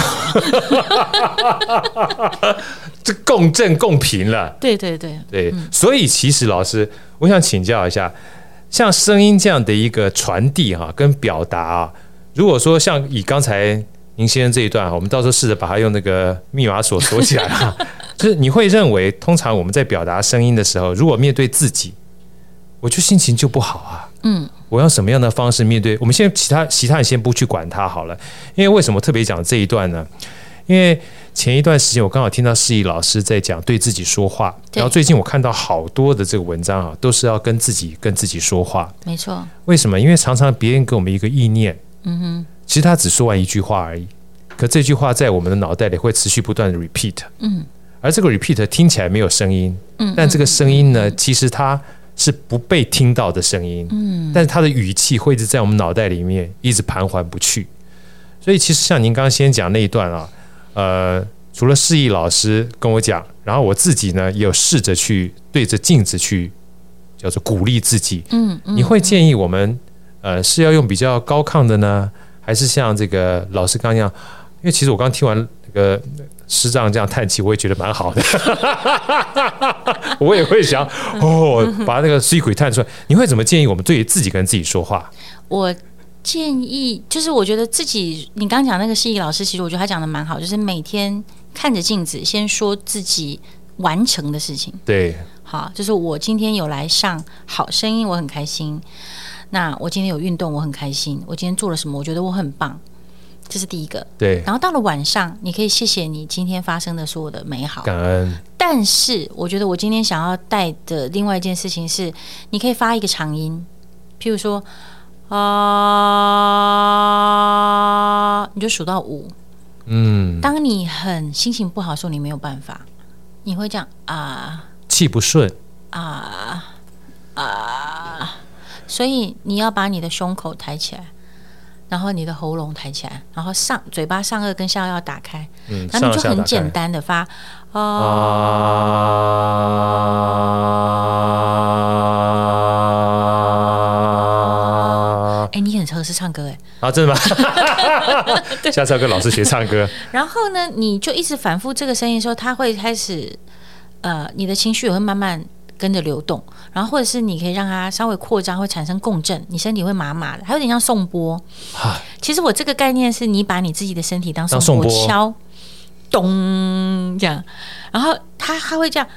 这共振共频了。 对对对对、嗯，所以其实老师，我想请教一下，像声音这样的一个传递哈、啊，跟表达啊，如果说像以刚才您先生这一段，我们到时候试着把它用那个密码锁锁起来哈，就是你会认为，通常我们在表达声音的时候，如果面对自己，我就心情就不好啊，嗯。我用什么样的方式面对？我们现在其他其他人先不去管它好了，因为为什么特别讲这一段呢？因为前一段时间我刚好听到世仪老师在讲对自己说话，然后最近我看到好多的这个文章啊，都是要跟自己跟自己说话。 没错。 为什么？因为常常别人给我们一个意念，嗯哼，其实他只说完一句话而已，可这句话在我们的脑袋里会持续不断的 repeat， 嗯，而这个 repeat 听起来没有声音，嗯，但这个声音呢，其实它是不被听到的声音，嗯，但是他的语气会一直在我们脑袋里面一直盘桓不去。所以其实像您刚刚先讲那一段啊，呃，除了世仪老师跟我讲，然后我自己呢也有试着去对着镜子去叫做鼓励自己。嗯，嗯，你会建议我们呃是要用比较高亢的呢，还是像这个老师刚刚一样？因为其实我刚听完那个师长这样叹气，我也觉得蛮好的。我也会想哦，把那个水鬼探出来。你会怎么建议我们对于自己跟自己说话？ 我建议就是，我觉得自己，你刚刚讲那个心理老师，其实我觉得他讲的蛮好，就是每天看着镜子，先说自己完成的事情。 对， 好，就是我今天有来上好声音，我很开心。那我今天有运动，我很开心。我今天做了什么，我觉得我很棒。这是第一个。 对。 然后到了晚上，你可以谢谢你今天发生的所有的美好， 感恩。但是我觉得我今天想要带的另外一件事情是，你可以发一个长音，譬如说啊、呃，你就数到五。嗯。当你很心情不好的时候，你没有办法，你会这样啊， 气不顺啊啊，所以你要把你的胸口抬起来。然后你的喉咙抬起来，然后上嘴巴上颚跟下颚要打开，嗯，然后你就很简单的发啊，哎，你很合适唱歌哎， 啊，真的吗？下次要跟老师学唱歌。 然后呢，你就一直反复这个声音的时候，它会开始，呃，你的情绪也会慢慢跟着流动，然后或者是你可以让它稍微扩张，会产生共振，你身体会麻麻的，还有点像颂钵。其实我这个概念是你把你自己的身体当颂钵敲，咚这样，然后它它会这样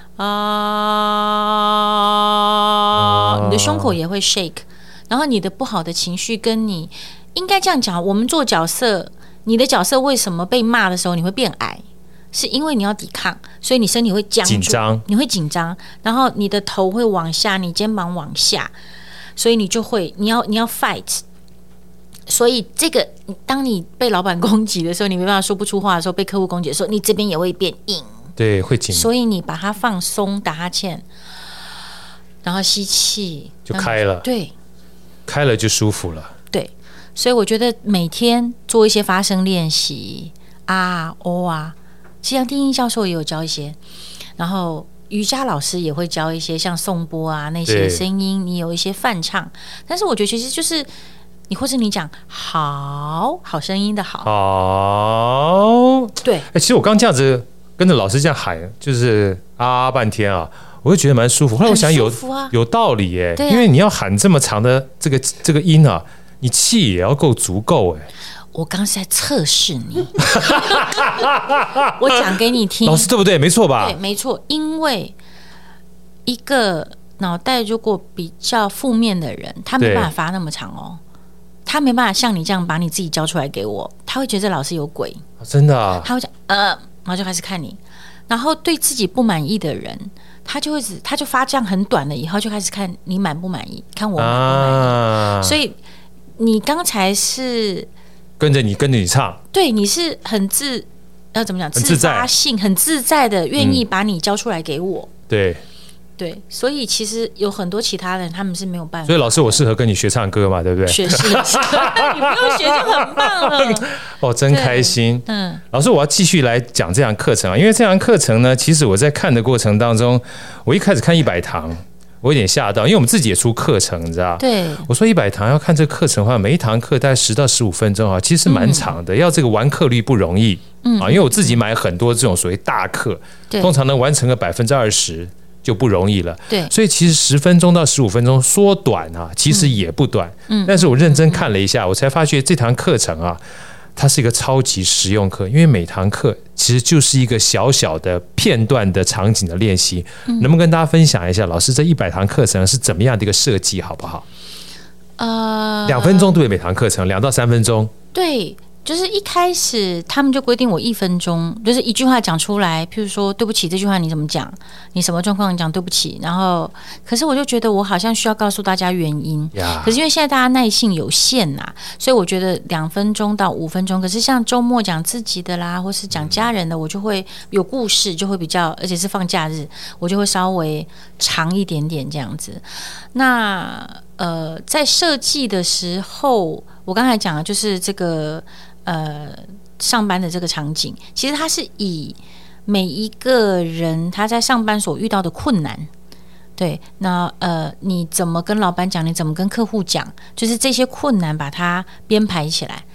啊、呃，你的胸口也会 shake， 然后你的不好的情绪跟你应该这样讲，我们做角色，你的角色为什么被骂的时候你会变矮？是因为你要抵抗，所以你身体会僵住， 紧张， 你会紧张，然后你的头会往下，你肩膀往下，所以你就会，你要你要 fight。所以这个，当你被老板攻击的时候，你没办法说不出话的时候，被客户攻击的时候，你这边也会变硬， 对，会紧。 所以你把它放松，打哈欠，然后吸气， 就开了， 对， 开了就舒服了， 对。所以我觉得每天做一些发声练习啊、哦啊。其实像丁英教授也有教一些，然后瑜伽老师也会教一些像颂钵啊那些声音，你有一些泛唱。但是我觉得其实就是你或是你讲好好声音的好， 好， 对。 哎，其实我刚这样子跟着老师这样喊，就是啊半天啊，我就觉得蛮舒服。后来我想有、啊、有道理耶、欸，因为你要喊这么长的这个这个音啊，你气也要够足够哎、欸。 我刚是在测试你，我讲给你听， 老师对不对？没错吧？ 对，没错。因为一个脑袋如果比较负面的人，他没办法发那么长哦，他没办法像你这样把你自己交出来给我，他会觉得这老师有鬼， 啊、真的、啊， 他会讲呃，然后就开始看你，然后对自己不满意的人，他就会他就发这样很短的，以后就开始看你满不满意，看我满不满意，啊、所以你刚才是。 跟着你，跟着你唱， 对，你是很自，要怎么讲？自发性，很自在的，愿意把你交出来给我。 嗯、对， 对，所以其实有很多其他人，他们是没有办法。 所以老师，我适合跟你学唱歌嘛，对不对？ 学是，你不用学就很棒了。 哦，真开心。嗯，老师，我要继续来讲这堂课程啊，因为这堂课程呢，其实我在看的过程当中，我一开始看一百堂。我有点吓到，因为我们自己也出课程，你知道？ 对。 我说一百堂要看这个课程的话，每一堂课大概十到十五分钟啊，其实蛮长的。嗯、要这个完课率不容易，嗯啊，因为我自己买很多这种所谓大课，通常能完成个百分之二十就不容易了。 对。 所以其实十分钟到十五分钟说短啊，其实也不短。嗯。但是我认真看了一下，我才发觉这堂课程啊。它是一个超级实用课，因为每堂课其实就是一个小小的片段的场景的练习，嗯、能不能跟大家分享一下，老师这一百堂课程是怎么样的一个设计，好不好？呃，两分钟对每堂课程，两到三分钟。 对，就是一开始他们就规定我一分钟，就是一句话讲出来，譬如说对不起这句话你怎么讲，你什么状况讲对不起，然后可是我就觉得我好像需要告诉大家原因， yeah. 可是因为现在大家耐性有限呐、啊，所以我觉得两分钟到五分钟，可是像周末讲自己的啦，或是讲家人的，我就会有故事，就会比较，而且是放假日，我就会稍微长一点点这样子。那呃，在设计的时候，我刚才讲的就是这个。呃，上班的这个场景，其实它是以每一个人他在上班所遇到的困难，对，那呃，你怎么跟老板讲，你怎么跟客户讲，就是这些困难把它编排起来。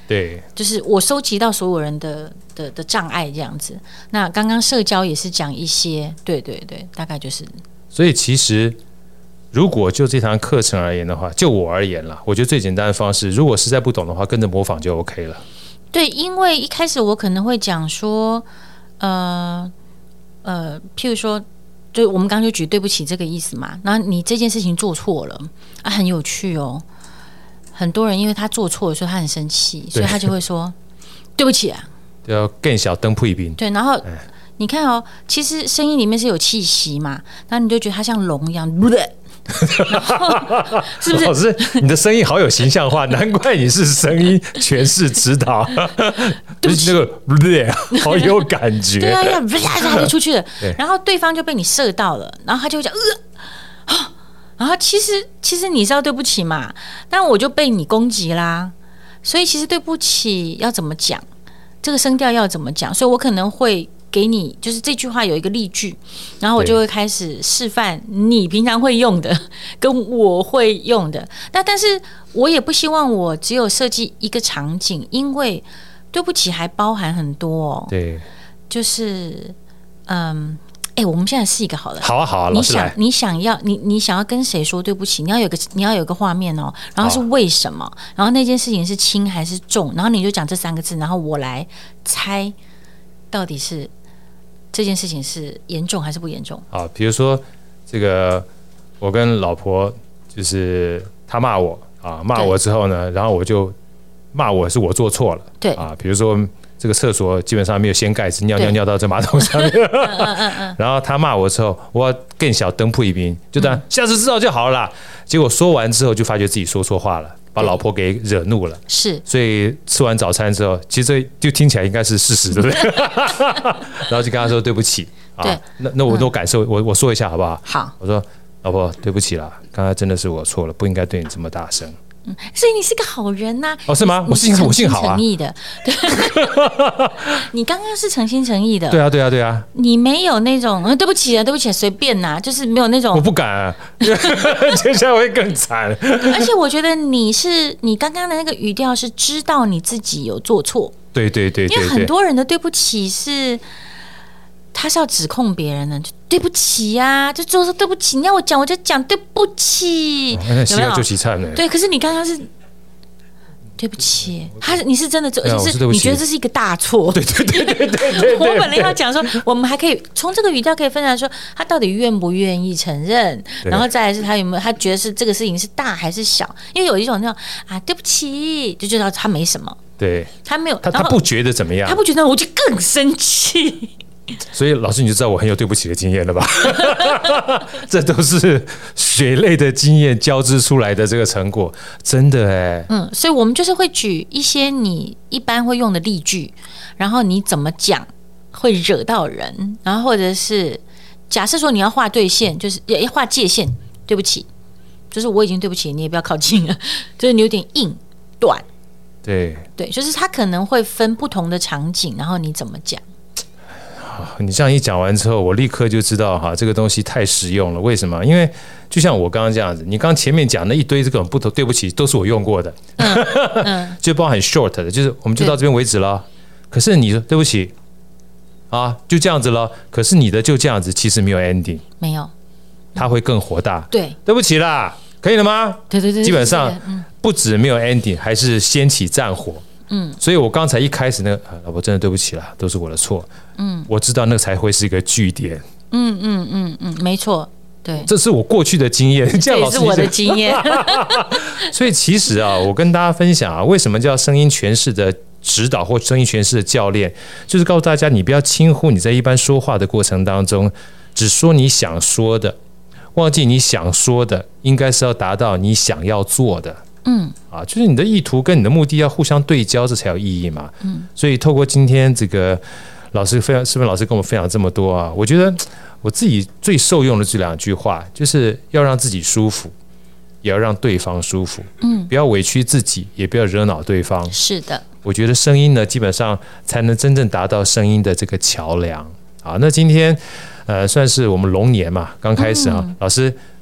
对， 就是我收集到所有人的的的障碍这样子。那刚刚社交也是讲一些，对对对，大概就是。 所以其实如果就这堂课程而言的话，就我而言啦，我觉得最简单的方式，如果实在不懂的话，跟着模仿就 OK 了。 对，因为一开始我可能会讲说，呃呃，譬如说，就我们刚刚就举对不起这个意思嘛，然后你这件事情做错了啊，很有趣哦。很多人因为他做错了，所以他很生气，所以他就会说对不起啊， 要更小灯配兵。 对，然后你看哦，其实声音里面是有气息嘛，然后你就觉得他像龙一样，然后是不是？ 老师，你的声音好有形象化，难怪你是声音诠释指导，就是那个好有感觉。 对啊，呀，他就出去了，然后对方就被你射到了，然后他就会讲呃，然后其实其实你是要对不起嘛，但我就被你攻击啦，所以其实对不起要怎么讲，这个声调要怎么讲，所以我可能会给你就是这句话有一个例句，然后我就会开始示范你平常会用的跟我会用的。那但是我也不希望我只有设计一个场景，因为对不起还包含很多哦。 对， 就是嗯。哎、欸，我们现在试一个好了。 好啊，好啊， 你想，你想要，你你想要跟谁说对不起？你要有个，你要有个画面哦。然后是为什么？然后那件事情是轻还是重？然后你就讲这三个字，然后我来猜，到底是这件事情是严重还是不严重？ 啊，比如说这个，我跟老婆就是她骂我啊，骂我之后呢，然后我就骂我是我做错了， 对啊，比如说。这个厕所基本上没有掀盖子，尿尿尿到这马桶上面。然后他骂我之后，我要更小灯铺一瓶，就这样，下次知道就好了啦。结果说完之后，就发觉自己说错话了，把老婆给惹怒了。 是， 所以吃完早餐之后，其实这就听起来应该是事实，对不对？然后就跟他说对不起啊，那那我都感受，我我说一下好不好？ 好， 我说老婆对不起啦，刚才真的是我错了，不应该对你这么大声。 嗯，所以你是个好人呐、啊！ 哦，是吗？我幸我幸好啊， 诚意的。对，你刚刚是诚心诚意的。 对啊，对啊，对啊。 你没有那种，呃、对不起啊，对不起、啊，随便呐、啊，就是没有那种。 我不敢、啊，接下来会更惨。 而且我觉得你是，你刚刚的那个语调是知道你自己有做错。 对对对对对。 因为很多人的对不起是。他是要指控别人的，就对不起呀、啊，就做说对不起，你要我讲我就讲对不起， 哦、那有没有？就凄惨了。 对，可是你刚刚是对不起，他你是真的做，而且是你觉得这是一个大错。 对对对对对对。 我本来要讲说，我们还可以从这个语调可以分享说，他到底愿不愿意承认，然后再来是他有没有他觉得是这个事情是大还是小，因为有一种那种啊对不起，就知道他没什么， 对， 他没有， 他他不觉得怎么样， 他不觉得，我就更生气。 所以老师你就知道我很有对不起的经验了吧？这都是血泪的经验交织出来的这个成果，真的哎。 嗯，所以我们就是会举一些你一般会用的例句，然后你怎么讲会惹到人，然后或者是假设说你要画对线，就是要画界限，对不起，就是我已经对不起你，也不要靠近了，就是你有点硬短， 对对，就是它可能会分不同的场景，然后你怎么讲。 你这样一讲完之后，我立刻就知道哈，这个东西太实用了。为什么？因为就像我刚刚这样子，你刚前面讲的一堆这种不同，对不起，都是我用过的，嗯嗯、就包含很 short 的，就是我们就到这边为止了。可是你说对不起啊，就这样子了。可是你的就这样子，其实没有 ending， 没有， 它会更火大。 对， 对不起啦，可以了吗？ 对对对， 基本上不止没有 ending， 还是掀起战火。嗯，所以我刚才一开始那个、啊、老婆真的对不起啦，都是我的错。嗯，我知道那才会是一个句点。 嗯嗯嗯嗯，没错，对， 这是我过去的经验，这样老师也是我的经验。 所以其实啊，我跟大家分享啊，为什么叫声音诠释的指导或声音诠释的教练，就是告诉大家，你不要轻忽你在一般说话的过程当中，只说你想说的，忘记你想说的应该是要达到你想要做的。嗯，啊，就是你的意图跟你的目的要互相对焦，这才有意义嘛。嗯，所以透过今天这个老师分享，是不是老师跟我们分享这么多啊？我觉得我自己最受用的这两句话，就是要让自己舒服，也要让对方舒服。嗯，不要委屈自己，也不要惹恼对方。 是的， 我觉得声音呢，基本上才能真正达到声音的这个桥梁。好，那今天呃，算是我们龙年嘛，刚开始啊，嗯、老师。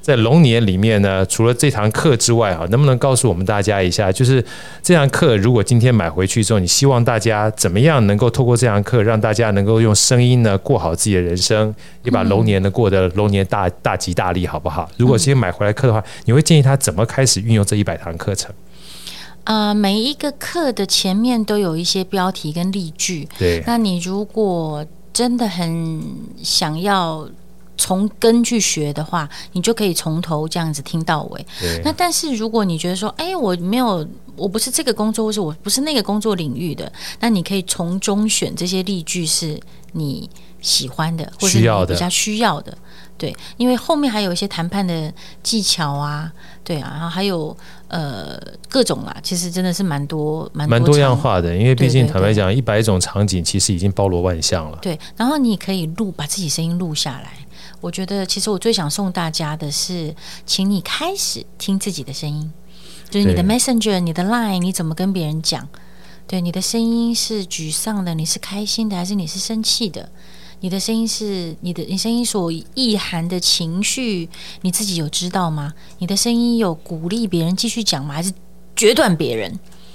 在龙年里面呢，除了这堂课之外啊，能不能告诉我们大家一下，就是这堂课如果今天买回去之后，你希望大家怎么样能够透过这堂课，让大家能够用声音呢过好自己的人生，也把龙年呢过得龙年大大吉大利，好不好？如果今天买回来课的话，你会建议他怎么开始运用这一百堂课程？ 呃，每一个课的前面都有一些标题跟例句。 对， 那你如果真的很想要从根去学的话，你就可以从头这样子听到尾。那但是如果你觉得说，哎，我没有，我不是这个工作，或是我不是那个工作领域的，那你可以从中选这些例句是你喜欢的，或是你比较需要的。对，因为后面还有一些谈判的技巧啊，对啊，然后还有呃各种啦，其实真的是蛮多蛮多蛮多样化的，因为毕竟坦白讲，一百种场景其实已经包罗万象了。 对，然后你可以录，把自己声音录下来。我觉得其实我最想送大家的是，请你开始听自己的声音，就是你的 Messenger、你的 Line， 你怎么跟别人讲？对，你的声音是沮丧的，你是开心的，还是你是生气的？你的声音是你的，你声音所意含的情绪，你自己有知道吗？你的声音有鼓励别人继续讲吗？还是决断别人？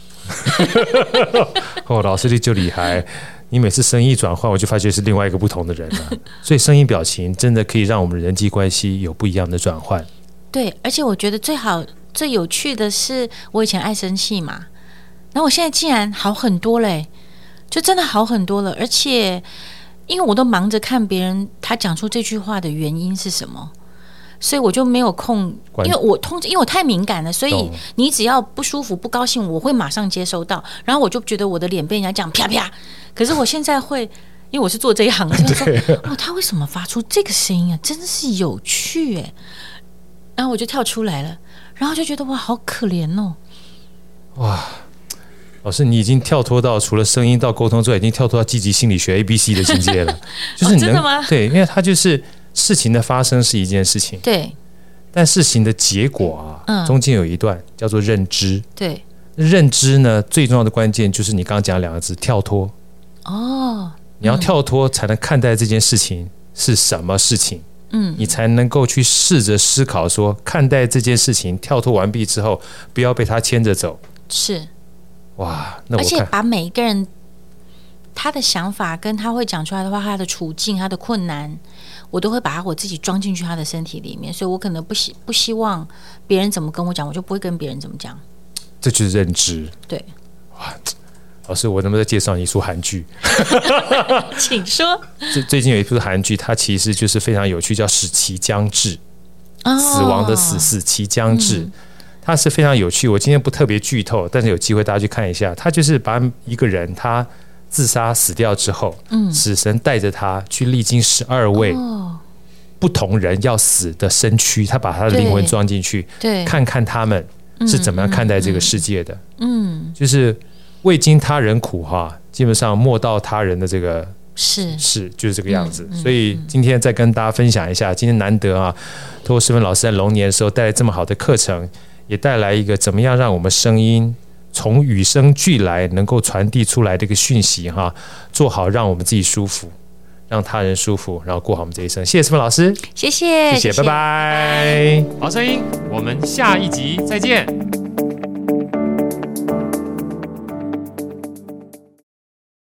哦，老师你就厉害，你每次声音转换，我就发觉是另外一个不同的人了。所以声音表情真的可以让我们人际关系有不一样的转换。 对，而且我觉得最好最有趣的是，我以前爱生气嘛，然后我现在竟然好很多嘞，就真的好很多了，而且。因为我都忙着看别人他讲出这句话的原因是什么，所以我就没有空。因为我通，因为我太敏感了，所以你只要不舒服、不高兴，我会马上接收到。然后我就觉得我的脸被人家讲啪啪。可是我现在会，因为我是做这一行的，就说哦，他为什么发出这个声音啊？真是有趣哎。然后我就跳出来了，然后就觉得哇，好可怜哦。 哇。老师，你已经跳脱到除了声音到沟通之外，已经跳脱到积极心理学 A B C 的境界了。就是你能、 哦、真的吗？ 对，因为它就是事情的发生是一件事情， 对， 但事情的结果啊，嗯、中间有一段叫做认知。 对， 认知呢，最重要的关键就是你刚刚讲两个字，跳脱。 哦， 你要跳脱才能看待这件事情是什么事情。 嗯， 你才能够去试着思考说，看待这件事情，跳脱完毕之后，不要被它牵着走。 是。 哇，那我而且把每一个人他的想法跟他会讲出来的话，他的处境、他的困难，我都会把我自己装进去他的身体里面，所以我可能不希不希望别人怎么跟我讲，我就不会跟别人怎么讲。 这就是认知。 对， 哇，老师，我能不能再介绍你一出韩剧？ 请说。 最近有一部韩剧，它其实就是非常有趣，叫《死期将至》，哦、死亡的死，死期将至。嗯，它是非常有趣，我今天不特别剧透，但是有机会大家去看一下。他就是把一个人他自杀死掉之后，嗯，死神带着他去历经十二位不同人要死的身躯，他把他的灵魂装进去， 对， 看看他们是怎么样看待这个世界的。 嗯， 就是未经他人苦哈，基本上莫道他人的这个。 是是就是这个样子、嗯嗯、所以今天再跟大家分享一下，今天难得啊，透过世芬老师在龙年的时候带来这么好的课程，也带来一个怎么样让我们声音从与生俱来能够传递出来的一个讯息哈，做好让我们自己舒服，让他人舒服，然后过好我们这一生。谢谢世芬老师， 谢谢， 谢谢，拜拜。好声音，我们下一集再见。